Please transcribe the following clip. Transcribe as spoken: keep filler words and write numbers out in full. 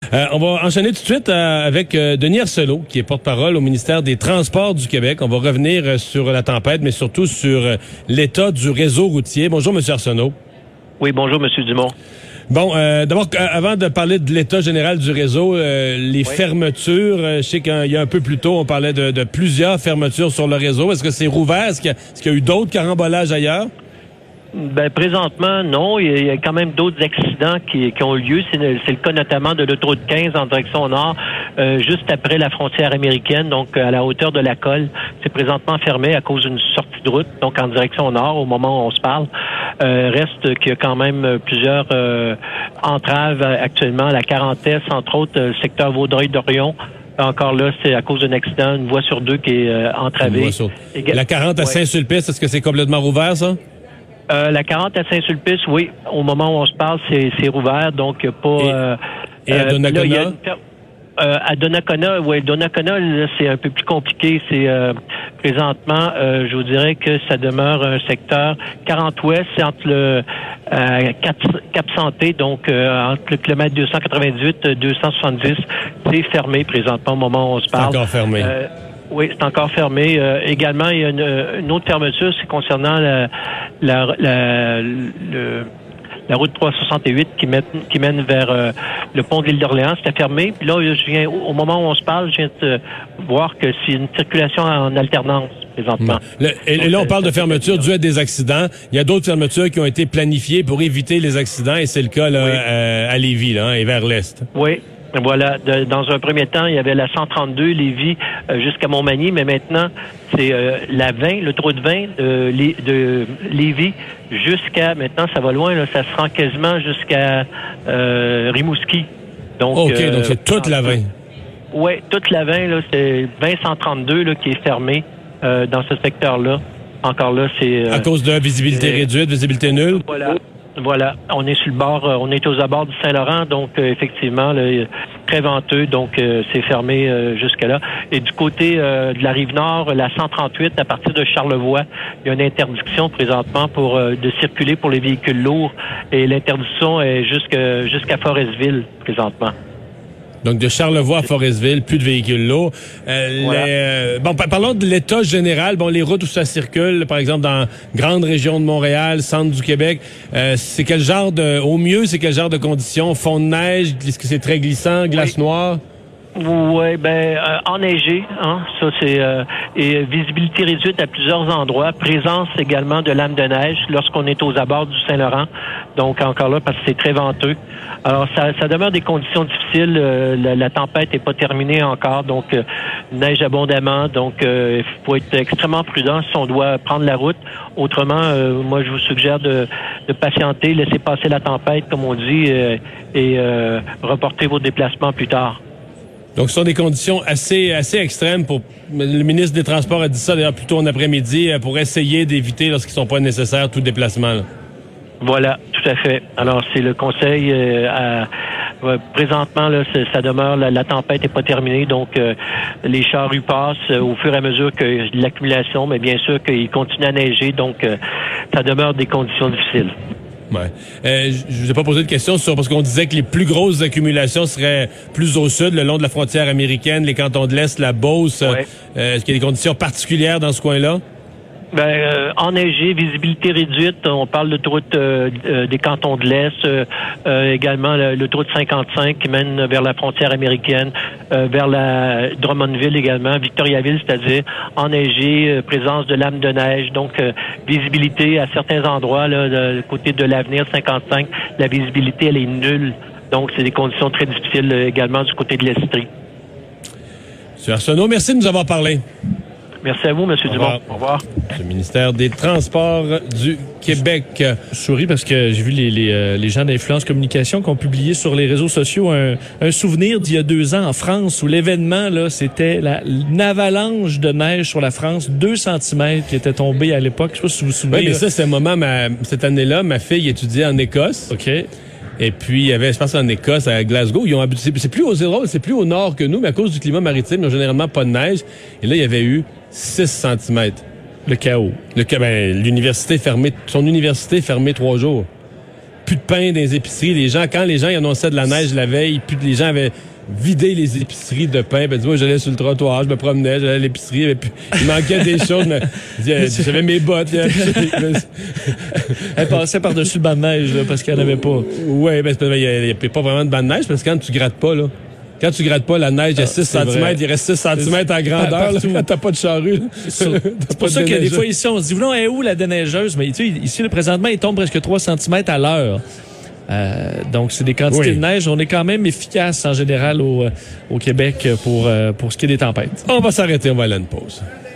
Euh, on va enchaîner tout de suite euh, avec euh, Denis Arsenault, qui est porte-parole au ministère des Transports du Québec. On va revenir euh, sur la tempête, mais surtout sur euh, l'état du réseau routier. Bonjour, M. Arsenault. Oui, bonjour, M. Dumont. Bon, euh, d'abord, euh, avant de parler de l'état général du réseau, euh, les oui. fermetures, euh, je sais qu'il y a un peu plus tôt, on parlait de, de plusieurs fermetures sur le réseau. Est-ce que c'est rouvert? Est-ce qu'il y a, est-ce qu'il y a eu d'autres carambolages ailleurs? Ben présentement, non. Il y a quand même d'autres accidents qui, qui ont eu lieu. C'est le, c'est le cas notamment de l'autoroute quinze en direction nord, euh, juste après la frontière américaine, donc à la hauteur de la Colle. C'est présentement fermé à cause d'une sortie de route, donc en direction nord, au moment où on se parle. Euh, reste qu'il y a quand même plusieurs euh, entraves actuellement à la quarantaine, entre autres, le secteur Vaudreuil-Dorion. Encore là, c'est à cause d'un accident, une voie sur deux qui est euh, entravée. Sur... La quarante à ouais. Saint-Sulpice, est-ce que c'est complètement rouvert, ça? Euh, la quarante à Saint-Sulpice, oui. Au moment où on se parle, c'est, c'est rouvert, donc pas... Et, euh, et à Donnacona? Là, une, euh, à Donnacona, oui. Donnacona, là, c'est un peu plus compliqué. C'est euh, présentement, euh, je vous dirais que ça demeure un secteur quarante-ouest, c'est entre le euh, Cap-Santé, donc euh, entre le kilomètre deux cent quatre-vingt-dix-huit et deux cent soixante-dix. C'est fermé présentement au moment où on se parle. C'est encore fermé. Euh, Oui, c'est encore fermé. Euh, également, il y a une, une autre fermeture, c'est concernant la, la, la, le, la route trois cent soixante-huit qui mène, qui mène vers euh, le pont de l'île d'Orléans. C'était fermé. Puis là, je viens, au moment où on se parle, je viens de voir que c'est une circulation en alternance présentement. Le, et Donc, là, on parle de fermeture due à des accidents. Il y a d'autres fermetures qui ont été planifiées pour éviter les accidents, et c'est le cas là, oui. euh, à Lévis là, hein, et vers l'est. Oui. Voilà. De, dans un premier temps, il y avait la cent trente-deux Lévis euh, jusqu'à Montmagny, mais maintenant, c'est euh, la vingt, l'autoroute vingt de, de Lévis jusqu'à, maintenant, ça va loin, là, ça se rend quasiment jusqu'à euh, Rimouski. Donc, OK, euh, donc c'est toute la vingt. Oui, toute la vingt, là, c'est vingt cent trente-deux là, qui est fermée euh, dans ce secteur-là. Encore là, c'est... Euh, à cause de visibilité réduite, visibilité nulle? Voilà. Voilà, on est sur le bord, euh, on est aux abords du Saint-Laurent, donc euh, effectivement, là, très venteux, donc euh, c'est fermé euh, jusque-là. Et du côté euh, de la Rive-Nord, la cent trente-huit, à partir de Charlevoix, il y a une interdiction présentement pour euh, de circuler pour les véhicules lourds, et l'interdiction est jusqu'à, jusqu'à Forestville présentement. Donc, de Charlevoix à Forestville, plus de véhicules lourds. Euh, voilà. les, euh, bon, parlons de l'état général. Bon, les routes où ça circule, par exemple, dans grande région de Montréal, centre du Québec, euh, c'est quel genre de... Au mieux, c'est quel genre de conditions? Fond de neige? Est-ce que c'est très glissant? Glace oui. noire? Oui, ben euh, enneigé, hein, ça c'est euh, et visibilité réduite à plusieurs endroits, présence également de lames de neige lorsqu'on est aux abords du Saint-Laurent, donc encore là parce que c'est très venteux. Alors ça, ça demeure des conditions difficiles, euh, la, la tempête n'est pas terminée encore, donc euh, neige abondamment, donc il euh, faut être extrêmement prudent si on doit prendre la route. Autrement, euh, moi je vous suggère de, de patienter, laisser passer la tempête comme on dit euh, et euh, reporter vos déplacements plus tard. Donc, ce sont des conditions assez assez extrêmes pour... Le ministre des Transports a dit ça, d'ailleurs, plus tôt en après-midi, pour essayer d'éviter, lorsqu'ils ne sont pas nécessaires, tout déplacement. Là. Voilà, tout à fait. Alors, c'est le conseil. Euh, à, euh, présentement, là, ça demeure, la, la tempête n'est pas terminée, donc euh, les charrues passent euh, au fur et à mesure que l'accumulation, mais bien sûr qu'il continue à neiger, donc euh, ça demeure des conditions difficiles. Ouais. Euh, je vous ai pas posé de question sur parce qu'on disait que les plus grosses accumulations seraient plus au sud, le long de la frontière américaine, les cantons de l'Est, la Beauce. Ouais. Euh, est-ce qu'il y a des conditions particulières dans ce coin-là? Ben, euh, enneigé, visibilité réduite. On parle de l'autoroute euh, euh, des cantons de l'Est, euh, euh, également l'autoroute cinquante-cinq qui mène vers la frontière américaine, euh, vers la Drummondville également, Victoriaville, c'est-à-dire enneigé, euh, présence de lames de neige, donc euh, visibilité à certains endroits, là, de, côté de l'avenir cinquante-cinq, la visibilité elle est nulle. Donc c'est des conditions très difficiles euh, également du côté de l'Estrie. M. Arsenault, merci de nous avoir parlé. Merci à vous, M. Dumont. Au revoir. Le ministère des Transports du Québec. Je souris parce que j'ai vu les, les, euh, les gens d'Influence Communication qui ont publié sur les réseaux sociaux un, un souvenir d'il y a deux ans en France où l'événement, là, c'était la, une avalanche de neige sur la France, deux centimètres qui était tombé à l'époque. Je sais pas si vous vous souvenez. Oui, mais ça, c'est un moment, ma, cette année-là, ma fille étudiait en Écosse. OK. Et puis, il y avait, je pense, en Écosse, à Glasgow, ils ont c'est, c'est plus aux c'est plus au nord que nous, mais à cause du climat maritime, ils n'ont généralement pas de neige. Et là, il y avait eu six centimètres. Le chaos. Le, ben, l'université fermée, son université fermée trois jours. plus de pain dans les épiceries. Les gens, quand les gens annonçaient de la neige la veille, plus, les gens avaient vidé les épiceries de pain. Ben, dis-moi, j'allais sur le trottoir, je me promenais, j'allais à l'épicerie, mais puis, il manquait des choses. Mais, j'avais mes bottes. Elle passait par-dessus le banc de neige, là, parce qu'il n'y en avait pas. Oui, ben, il n'y a, a pas vraiment de banc de neige, parce que quand tu grattes pas, là, Quand tu grattes pas la neige, il y a six centimètres, il reste six centimètres en grandeur. Là, t'as pas de charrue. C'est pour ça que des fois, ici, on se dit, voulons, est où la déneigeuse? Mais tu sais, ici, là, présentement, il tombe presque trois centimètres à l'heure. Euh, donc, c'est des quantités oui. de neige. On est quand même efficace, en général, au, au Québec pour, pour ce qui est des tempêtes. On va s'arrêter, on va aller à une pause.